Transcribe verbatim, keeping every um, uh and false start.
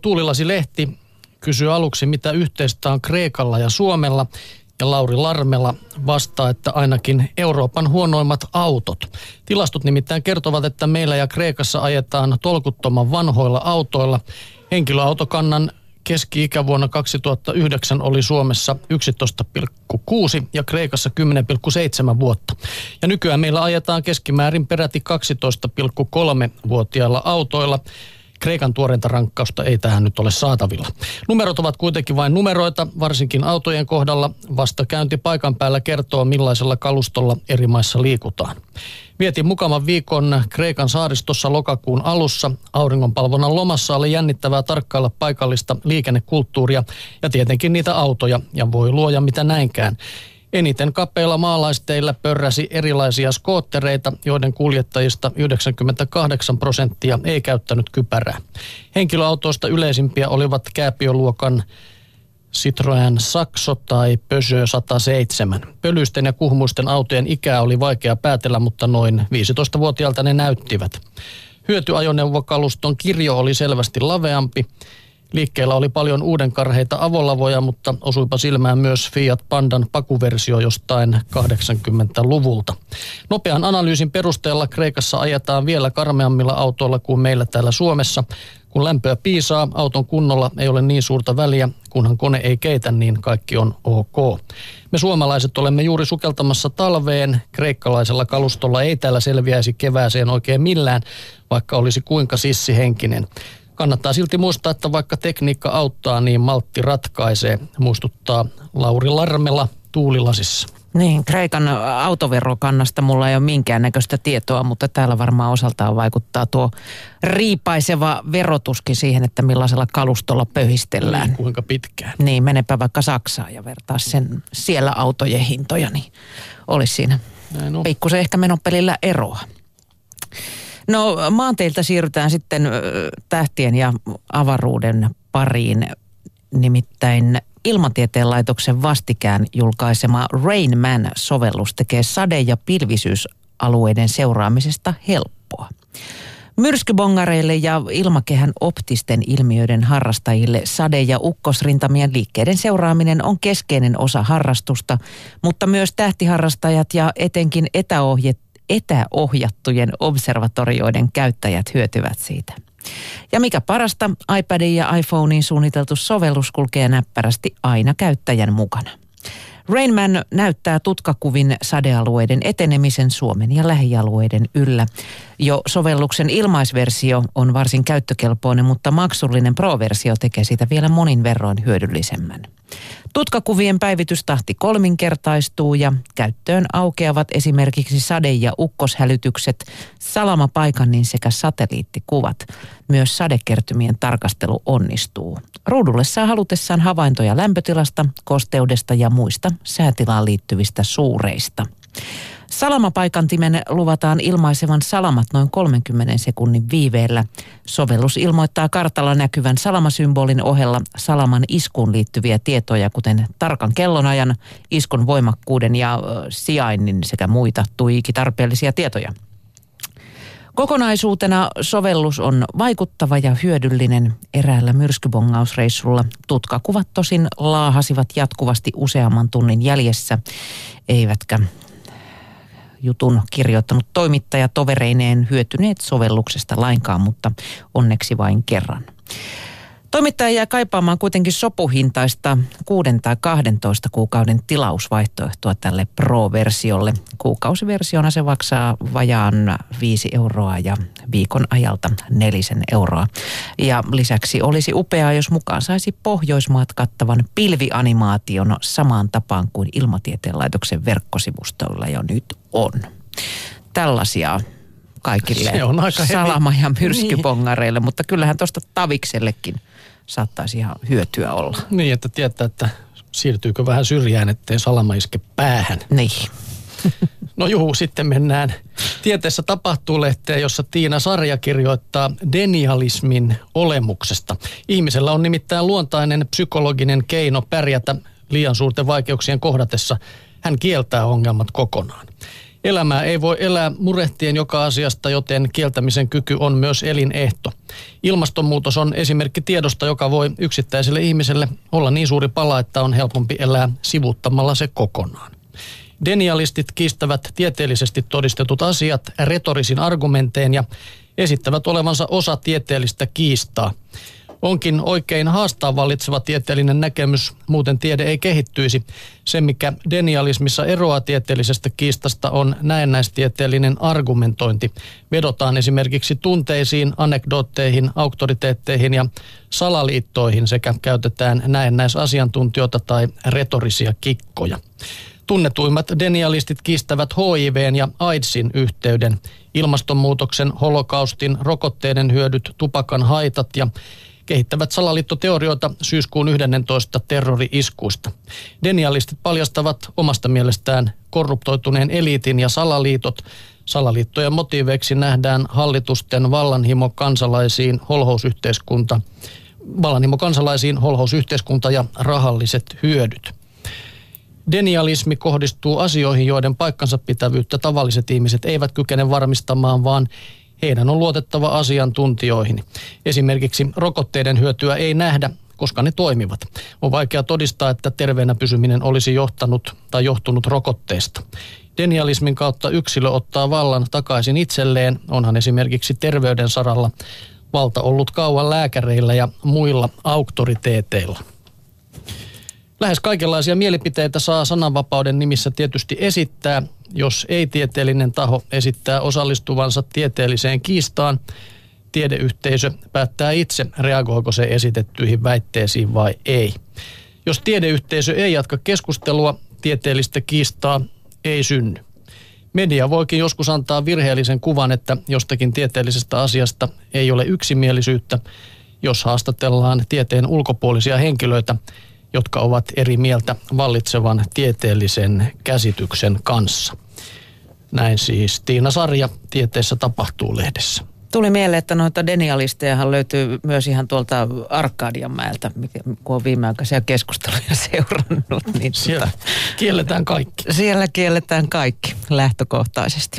Tuulilasi-lehti kysyy aluksi, mitä yhteistä on Kreikalla ja Suomella. Ja Lauri Larmela vastaa, että ainakin Euroopan huonoimmat autot. Tilastot nimittäin kertovat, että meillä ja Kreikassa ajetaan tolkuttoman vanhoilla autoilla. Henkilöautokannan keski-ikä vuonna kaksituhattayhdeksän oli Suomessa yksitoista pilkku kuusi ja Kreikassa kymmenen pilkku seitsemän vuotta. Ja nykyään meillä ajetaan keskimäärin peräti kaksitoista pilkku kolme-vuotiailla autoilla. Kreikan tuoreinta rankkausta ei tähän nyt ole saatavilla. Numerot ovat kuitenkin vain numeroita, varsinkin autojen kohdalla. Vastakäynti paikan päällä kertoo, millaisella kalustolla eri maissa liikutaan. Vietin mukavan viikon Kreikan saaristossa lokakuun alussa. Auringonpalvonnan lomassa oli jännittävää tarkkailla paikallista liikennekulttuuria ja tietenkin niitä autoja, ja voi luoja mitä näinkään. Eniten kapeilla maalaisteillä pörräsi erilaisia skoottereita, joiden kuljettajista yhdeksänkymmentäkahdeksan prosenttia ei käyttänyt kypärää. Henkilöautoista yleisimpiä olivat kääpiöluokan Citroën Saxo tai Peugeot sata seitsemän. Pölyisten ja kuhmuisten autojen ikää oli vaikea päätellä, mutta noin viisitoistavuotiaalta ne näyttivät. Hyötyajoneuvokaluston kirjo oli selvästi laveampi. Liikkeellä oli paljon uudenkarheita avolavoja, mutta osuipa silmään myös Fiat Pandan pakuversio jostain kahdeksankymmentäluvulta. Nopean analyysin perusteella Kreikassa ajetaan vielä karmeammilla autoilla kuin meillä täällä Suomessa. Kun lämpöä piisaa, auton kunnolla ei ole niin suurta väliä, kunhan kone ei keitä, niin kaikki on ok. Me suomalaiset olemme juuri sukeltamassa talveen. Kreikkalaisella kalustolla ei täällä selviäisi kevääseen oikein millään, vaikka olisi kuinka sissihenkinen. Kannattaa silti muistaa, että vaikka tekniikka auttaa, niin maltti ratkaisee, muistuttaa Lauri Larmela Tuulilasissa. Niin, Kreikan autoverokannasta mulla ei ole minkäännäköistä tietoa, mutta täällä varmaan osaltaan vaikuttaa tuo riipaiseva verotuskin siihen, että millaisella kalustolla pöhistellään. Niin, kuinka pitkään. Niin, menepä vaikka Saksaan ja vertaa sen siellä autojen hintoja, niin olisi siinä pikkusen ehkä menopelillä eroa. No, maanteilta siirrytään sitten tähtien ja avaruuden pariin, nimittäin Ilmatieteen laitoksen vastikään julkaisema Rain Man-sovellus tekee sade- ja pilvisyysalueiden seuraamisesta helppoa. Myrskybongareille ja ilmakehän optisten ilmiöiden harrastajille sade- ja ukkosrintamien liikkeiden seuraaminen on keskeinen osa harrastusta, mutta myös tähtiharrastajat ja etenkin etäohjet etäohjattujen observatorioiden käyttäjät hyötyvät siitä. Ja mikä parasta, iPadin ja iPhonein suunniteltu sovellus kulkee näppärästi aina käyttäjän mukana. Rain Man näyttää tutkakuvin sadealueiden etenemisen Suomen ja lähialueiden yllä. Jo sovelluksen ilmaisversio on varsin käyttökelpoinen, mutta maksullinen Pro-versio tekee siitä vielä monin verroin hyödyllisemmän. Tutkakuvien päivitystahti kolminkertaistuu ja käyttöön aukeavat esimerkiksi sade- ja ukkoshälytykset, salamapaikannin sekä satelliittikuvat. Myös sadekertymien tarkastelu onnistuu. Ruudulle saa halutessaan havaintoja lämpötilasta, kosteudesta ja muista säätilaan liittyvistä suureista. Salamapaikantimen luvataan ilmaisevan salamat noin kolmenkymmenen sekunnin viiveellä. Sovellus ilmoittaa kartalla näkyvän salamasymbolin ohella salaman iskuun liittyviä tietoja, kuten tarkan kellonajan, iskun voimakkuuden ja ö, sijainnin sekä muita tuiki tarpeellisia tietoja. Kokonaisuutena sovellus on vaikuttava ja hyödyllinen. Eräällä myrskybongausreissulla tutkakuvat tosin laahasivat jatkuvasti useamman tunnin jäljessä, eivätkä jutun kirjoittanut toimittaja tovereineen hyötyneet sovelluksesta lainkaan, mutta onneksi vain kerran. Toimittaja jää kaipaamaan kuitenkin sopuhintaista kuuden tai kahdentoista kuukauden tilausvaihtoehtoa tälle Pro-versiolle. Kuukausiversiona se maksaa vajaan viisi euroa ja viikon ajalta nelisen euroa. Ja lisäksi olisi upeaa, jos mukaan saisi Pohjoismaat kattavan pilvianimaation samaan tapaan kuin Ilmatieteen laitoksen verkkosivustoilla jo nyt on. Tällaisia kaikille salama- ja myrskybongareille, mutta kyllähän tuosta taviksellekin saattaisi ihan hyötyä olla. Niin, että tietää, että siirtyykö vähän syrjään, ettei salama iske päähän. Niin. No juu, sitten mennään Tieteessä tapahtuu -lehteen, jossa Tiina Sarja kirjoittaa denialismin olemuksesta. Ihmisellä on nimittäin luontainen psykologinen keino pärjätä liian suurten vaikeuksien kohdatessa. Hän kieltää ongelmat kokonaan. Elämää ei voi elää murehtien joka asiasta, joten kieltämisen kyky on myös elinehto. Ilmastonmuutos on esimerkki tiedosta, joka voi yksittäiselle ihmiselle olla niin suuri pala, että on helpompi elää sivuuttamalla se kokonaan. Denialistit kiistävät tieteellisesti todistetut asiat retorisin argumentein ja esittävät olevansa osa tieteellistä kiistaa. Onkin oikein haastaa vallitseva tieteellinen näkemys, muuten tiede ei kehittyisi. Se, mikä denialismissa eroaa tieteellisestä kiistasta, on näennäistieteellinen argumentointi. Vedotaan esimerkiksi tunteisiin, anekdootteihin, auktoriteetteihin ja salaliittoihin sekä käytetään näennäisasiantuntijoita tai retorisia kikkoja. Tunnetuimmat denialistit kiistävät H I V:n ja AIDSin yhteyden, ilmastonmuutoksen, holokaustin, rokotteiden hyödyt, tupakan haitat ja kehittävät salaliittoteorioita syyskuun yhdennentoista terrori-iskuista. Denialistit paljastavat omasta mielestään korruptoituneen eliitin ja salaliitot. Salaliittojen motiiveiksi nähdään hallitusten vallanhimo kansalaisiin, holhousyhteiskunta, vallanhimo kansalaisiin, holhousyhteiskunta ja rahalliset hyödyt. Denialismi kohdistuu asioihin, joiden paikkansa pitävyyttä tavalliset ihmiset eivät kykene varmistamaan, vaan heidän on luotettava asiantuntijoihin. Esimerkiksi rokotteiden hyötyä ei nähdä, koska ne toimivat. On vaikea todistaa, että terveenä pysyminen olisi johtanut tai johtunut rokotteesta. Denialismin kautta yksilö ottaa vallan takaisin itselleen, onhan esimerkiksi terveyden saralla valta ollut kauan lääkäreillä ja muilla auktoriteeteilla. Lähes kaikenlaisia mielipiteitä saa sananvapauden nimissä tietysti esittää. Jos ei-tieteellinen taho esittää osallistuvansa tieteelliseen kiistaan, tiedeyhteisö päättää itse, reagoiko se esitettyihin väitteisiin vai ei. Jos tiedeyhteisö ei jatka keskustelua, tieteellistä kiistaa ei synny. Media voikin joskus antaa virheellisen kuvan, että jostakin tieteellisestä asiasta ei ole yksimielisyyttä, jos haastatellaan tieteen ulkopuolisia henkilöitä, jotka ovat eri mieltä vallitsevan tieteellisen käsityksen kanssa. Näin siis Tiina Sarja Tieteessä tapahtuu -lehdessä. Tuli mieleen, että noita denialistejahan löytyy myös ihan tuolta Arkadianmäeltä, kun on viimeaikaisia keskusteluja seurannut. Niin siellä tota, kielletään kaikki. Siellä kielletään kaikki lähtökohtaisesti.